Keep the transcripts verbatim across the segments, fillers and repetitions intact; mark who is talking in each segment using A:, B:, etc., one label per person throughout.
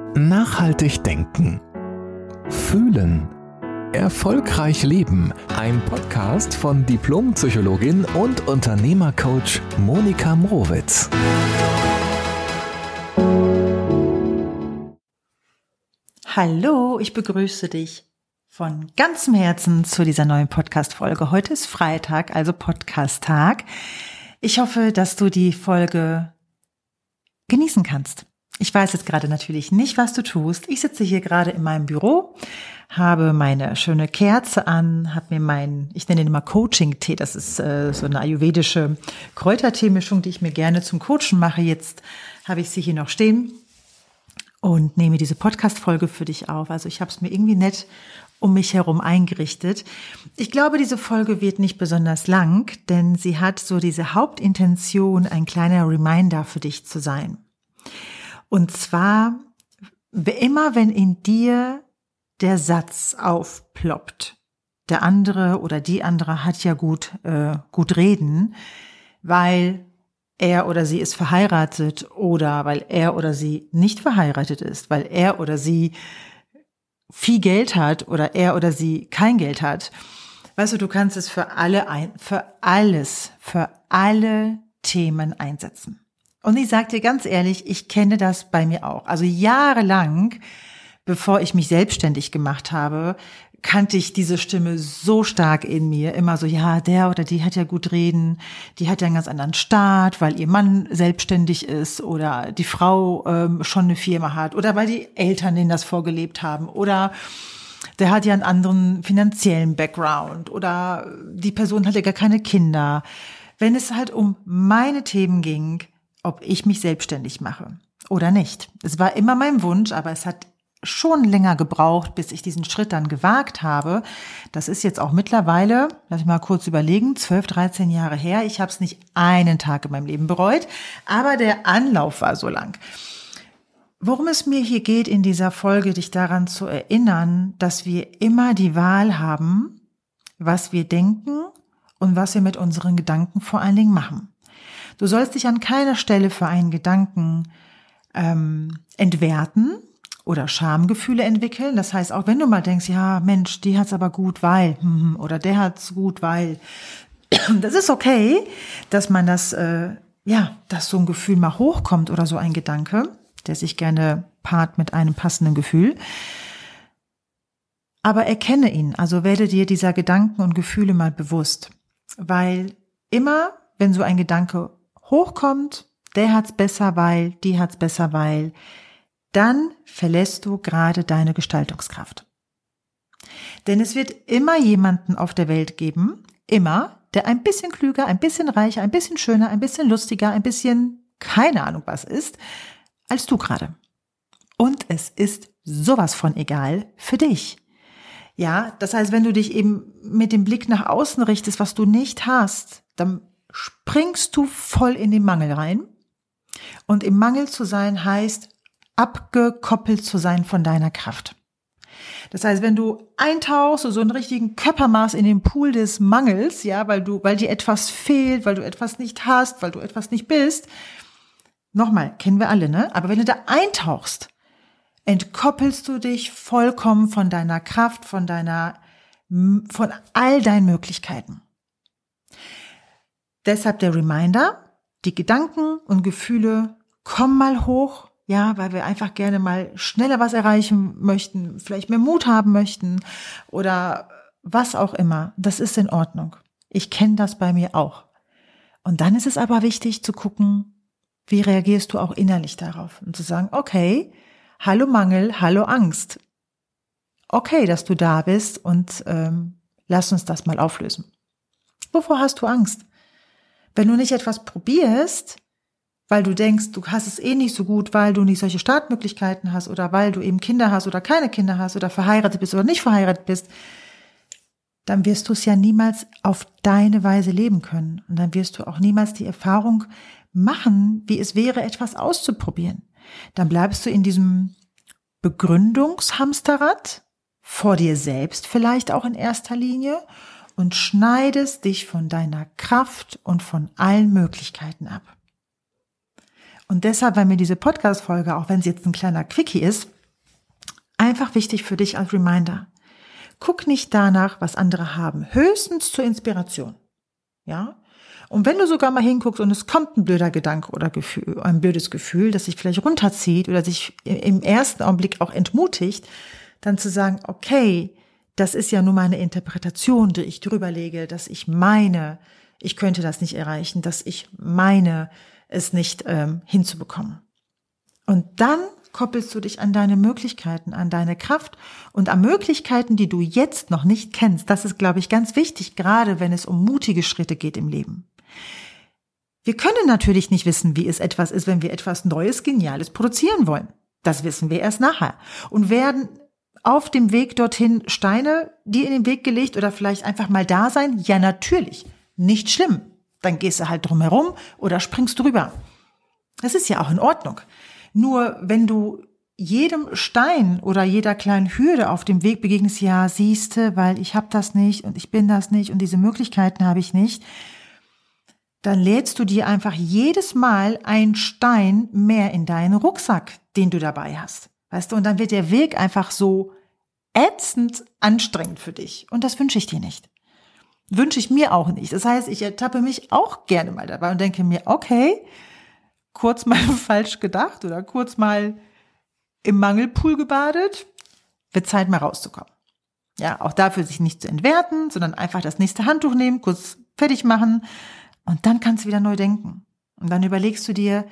A: Nachhaltig denken. Fühlen. Erfolgreich leben. Ein Podcast von Diplompsychologin und Unternehmercoach Monika Mrowitz.
B: Hallo, ich begrüße dich von ganzem Herzen zu dieser neuen Podcast-Folge. Heute ist Freitag, also Podcast-Tag. Ich hoffe, dass du die Folge genießen kannst. Ich weiß jetzt gerade natürlich nicht, was du tust. Ich sitze hier gerade in meinem Büro, habe meine schöne Kerze an, habe mir meinen, ich nenne ihn immer Coaching-Tee, das ist äh, so eine ayurvedische Kräutertee-Mischung, die ich mir gerne zum Coachen mache. Jetzt habe ich sie hier noch stehen und nehme diese Podcast-Folge für dich auf. Also ich habe es mir irgendwie nett um mich herum eingerichtet. Ich glaube, diese Folge wird nicht besonders lang, denn sie hat so diese Hauptintention, ein kleiner Reminder für dich zu sein. Und zwar, immer wenn in dir der Satz aufploppt, der andere oder die andere hat ja gut, äh, gut reden, weil er oder sie ist verheiratet oder weil er oder sie nicht verheiratet ist, weil er oder sie viel Geld hat oder er oder sie kein Geld hat. Weißt du, du kannst es für alle ein, für alles, für alle Themen einsetzen. Und ich sage dir ganz ehrlich, ich kenne das bei mir auch. Also jahrelang, bevor ich mich selbstständig gemacht habe, kannte ich diese Stimme so stark in mir. Immer so, ja, der oder die hat ja gut reden, die hat ja einen ganz anderen Start, weil ihr Mann selbstständig ist oder die Frau ähm, schon eine Firma hat oder weil die Eltern denen das vorgelebt haben oder der hat ja einen anderen finanziellen Background oder die Person hat ja gar keine Kinder. Wenn es halt um meine Themen ging, ob ich mich selbstständig mache oder nicht. Es war immer mein Wunsch, aber es hat schon länger gebraucht, bis ich diesen Schritt dann gewagt habe. Das ist jetzt auch mittlerweile, lass ich mal kurz überlegen, zwölf, dreizehn Jahre her. Ich habe es nicht einen Tag in meinem Leben bereut, aber der Anlauf war so lang. Worum es mir hier geht in dieser Folge, dich daran zu erinnern, dass wir immer die Wahl haben, was wir denken und was wir mit unseren Gedanken vor allen Dingen machen. Du sollst dich an keiner Stelle für einen Gedanken ähm, entwerten oder Schamgefühle entwickeln. Das heißt, auch wenn du mal denkst, ja Mensch, die hat's aber gut, weil, oder der hat's gut, weil. Das ist okay, dass man das, äh, ja, dass so ein Gefühl mal hochkommt oder so ein Gedanke, der sich gerne paart mit einem passenden Gefühl. Aber erkenne ihn, also werde dir dieser Gedanken und Gefühle mal bewusst. Weil immer, wenn so ein Gedanke hochkommt, der hat's besser, weil, die hat's besser, weil, dann verlässt du gerade deine Gestaltungskraft. Denn es wird immer jemanden auf der Welt geben, immer, der ein bisschen klüger, ein bisschen reicher, ein bisschen schöner, ein bisschen lustiger, ein bisschen keine Ahnung was ist, als du gerade. Und es ist sowas von egal für dich. Ja, das heißt, wenn du dich eben mit dem Blick nach außen richtest, was du nicht hast, dann springst du voll in den Mangel rein. Und im Mangel zu sein heißt, abgekoppelt zu sein von deiner Kraft. Das heißt, wenn du eintauchst, so einen richtigen Körpermaß in den Pool des Mangels, ja, weil du, weil dir etwas fehlt, weil du etwas nicht hast, weil du etwas nicht bist, nochmal, kennen wir alle, ne? Aber wenn du da eintauchst, entkoppelst du dich vollkommen von deiner Kraft, von deiner, von all deinen Möglichkeiten. Deshalb der Reminder, die Gedanken und Gefühle kommen mal hoch, ja, weil wir einfach gerne mal schneller was erreichen möchten, vielleicht mehr Mut haben möchten oder was auch immer. Das ist in Ordnung. Ich kenne das bei mir auch. Und dann ist es aber wichtig zu gucken, wie reagierst du auch innerlich darauf und zu sagen, okay, hallo Mangel, hallo Angst. Okay, dass du da bist und ähm, lass uns das mal auflösen. Wovor hast du Angst? Wenn du nicht etwas probierst, weil du denkst, du hast es eh nicht so gut, weil du nicht solche Startmöglichkeiten hast oder weil du eben Kinder hast oder keine Kinder hast oder verheiratet bist oder nicht verheiratet bist, dann wirst du es ja niemals auf deine Weise leben können. Und dann wirst du auch niemals die Erfahrung machen, wie es wäre, etwas auszuprobieren. Dann bleibst du in diesem Begründungshamsterrad, vor dir selbst vielleicht auch in erster Linie, und schneidest dich von deiner Kraft und von allen Möglichkeiten ab. Und deshalb, weil mir diese Podcast-Folge, auch wenn sie jetzt ein kleiner Quickie ist, Einfach wichtig für dich als Reminder. Guck nicht danach, was andere haben, höchstens zur Inspiration. Ja? Und wenn du sogar mal hinguckst und es kommt ein blöder Gedanke oder Gefühl, ein blödes Gefühl, das sich vielleicht runterzieht oder sich im ersten Augenblick auch entmutigt, dann zu sagen, okay, das ist ja nur meine Interpretation, die ich drüber lege, dass ich meine, ich könnte das nicht erreichen, dass ich meine, es nicht ähm, hinzubekommen. Und dann koppelst du dich an deine Möglichkeiten, an deine Kraft und an Möglichkeiten, die du jetzt noch nicht kennst. Das ist, glaube ich, ganz wichtig, gerade wenn es um mutige Schritte geht im Leben. Wir können natürlich nicht wissen, wie es etwas ist, wenn wir etwas Neues, Geniales produzieren wollen. Das wissen wir erst nachher. Und werden auf dem Weg dorthin Steine dir in den Weg gelegt oder vielleicht einfach mal da sein? Ja, natürlich. Nicht schlimm. Dann gehst du halt drumherum oder springst drüber. Das ist ja auch in Ordnung. Nur wenn du jedem Stein oder jeder kleinen Hürde auf dem Weg begegnest, ja, siehste, weil ich habe das nicht und ich bin das nicht und diese Möglichkeiten habe ich nicht, dann lädst du dir einfach jedes Mal einen Stein mehr in deinen Rucksack, den du dabei hast. Weißt du, und dann wird der Weg einfach so ätzend anstrengend für dich. Und das wünsche ich dir nicht. Wünsche ich mir auch nicht. Das heißt, ich ertappe mich auch gerne mal dabei und denke mir, okay, kurz mal falsch gedacht oder kurz mal im Mangelpool gebadet, wird Zeit mal rauszukommen. Ja, auch dafür sich nicht zu entwerten, sondern einfach das nächste Handtuch nehmen, kurz fertig machen und dann kannst du wieder neu denken. Und dann überlegst du dir,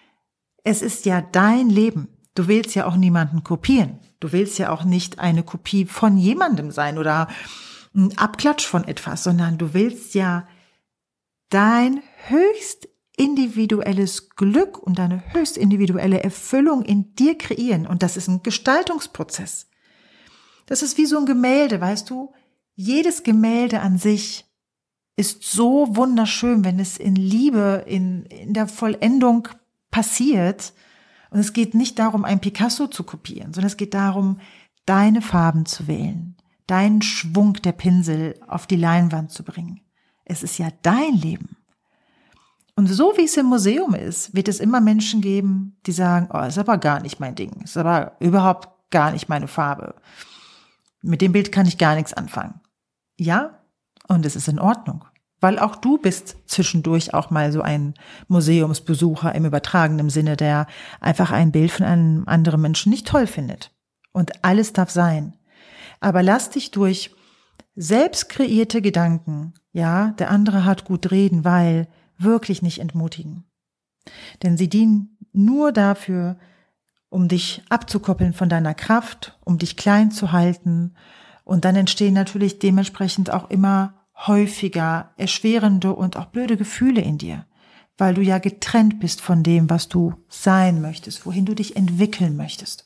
B: es ist ja dein Leben. Du willst ja auch niemanden kopieren. Du willst ja auch nicht eine Kopie von jemandem sein oder ein Abklatsch von etwas, sondern du willst ja dein höchst individuelles Glück und deine höchst individuelle Erfüllung in dir kreieren. Und das ist ein Gestaltungsprozess. Das ist wie so ein Gemälde, weißt du? Jedes Gemälde an sich ist so wunderschön, wenn es in Liebe, in, in der Vollendung passiert. Und es geht nicht darum, ein Picasso zu kopieren, sondern es geht darum, deine Farben zu wählen, deinen Schwung der Pinsel auf die Leinwand zu bringen. Es ist ja dein Leben. Und so wie es im Museum ist, wird es immer Menschen geben, die sagen, oh, ist aber gar nicht mein Ding, ist aber überhaupt gar nicht meine Farbe. Mit dem Bild kann ich gar nichts anfangen. Ja, und es ist in Ordnung, weil auch du bist zwischendurch auch mal so ein Museumsbesucher im übertragenen Sinne, der einfach ein Bild von einem anderen Menschen nicht toll findet. Und alles darf sein. Aber lass dich durch selbst kreierte Gedanken, ja, der andere hat gut reden, weil wirklich nicht entmutigen. Denn sie dienen nur dafür, um dich abzukoppeln von deiner Kraft, um dich klein zu halten. Und dann entstehen natürlich dementsprechend auch immer häufiger erschwerende und auch blöde Gefühle in dir, weil du ja getrennt bist von dem, was du sein möchtest, wohin du dich entwickeln möchtest.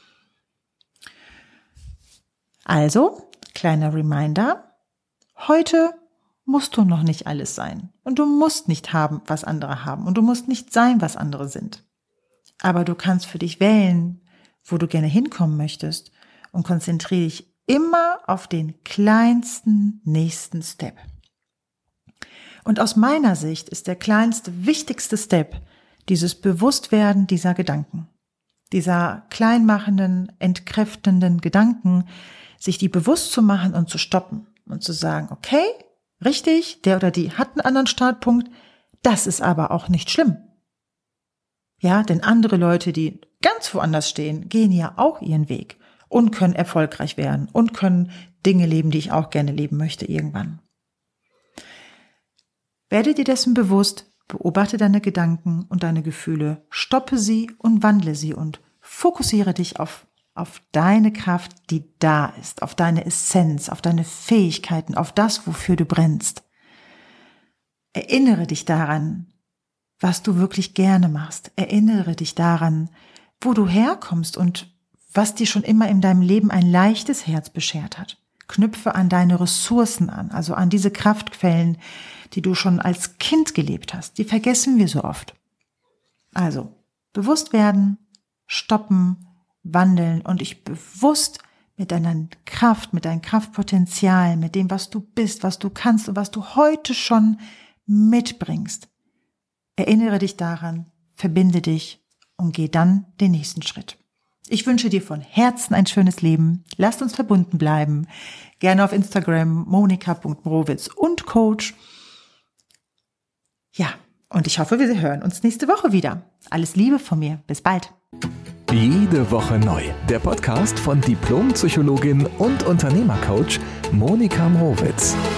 B: Also, kleiner Reminder, heute musst du noch nicht alles sein. Und du musst nicht haben, was andere haben. Und du musst nicht sein, was andere sind. Aber du kannst für dich wählen, wo du gerne hinkommen möchtest und konzentriere dich immer auf den kleinsten nächsten Step. Und aus meiner Sicht ist der kleinste, wichtigste Step dieses Bewusstwerden dieser Gedanken. Dieser kleinmachenden, entkräftenden Gedanken, sich die bewusst zu machen und zu stoppen und zu sagen, okay, richtig, der oder die hat einen anderen Startpunkt, das ist aber auch nicht schlimm. Ja, denn andere Leute, die ganz woanders stehen, gehen ja auch ihren Weg und können erfolgreich werden und können Dinge leben, die ich auch gerne leben möchte irgendwann. Werde dir dessen bewusst, beobachte deine Gedanken und deine Gefühle, stoppe sie und wandle sie und fokussiere dich auf, auf deine Kraft, die da ist, auf deine Essenz, auf deine Fähigkeiten, auf das, wofür du brennst. Erinnere dich daran, was du wirklich gerne machst. Erinnere dich daran, wo du herkommst und was dir schon immer in deinem Leben ein leichtes Herz beschert hat. Knüpfe an deine Ressourcen an, also an diese Kraftquellen, die du schon als Kind gelebt hast. Die vergessen wir so oft. Also, bewusst werden, stoppen, wandeln und dich bewusst mit deiner Kraft, mit deinem Kraftpotenzial, mit dem, was du bist, was du kannst und was du heute schon mitbringst. Erinnere dich daran, verbinde dich und geh dann den nächsten Schritt. Ich wünsche dir von Herzen ein schönes Leben. Lasst uns verbunden bleiben. Gerne auf Instagram monika punkt mrowitz und Coach. Ja, und ich hoffe, wir hören uns nächste Woche wieder. Alles Liebe von mir. Bis bald.
A: Jede Woche neu. Der Podcast von Diplompsychologin und Unternehmercoach Monika Mrowitz.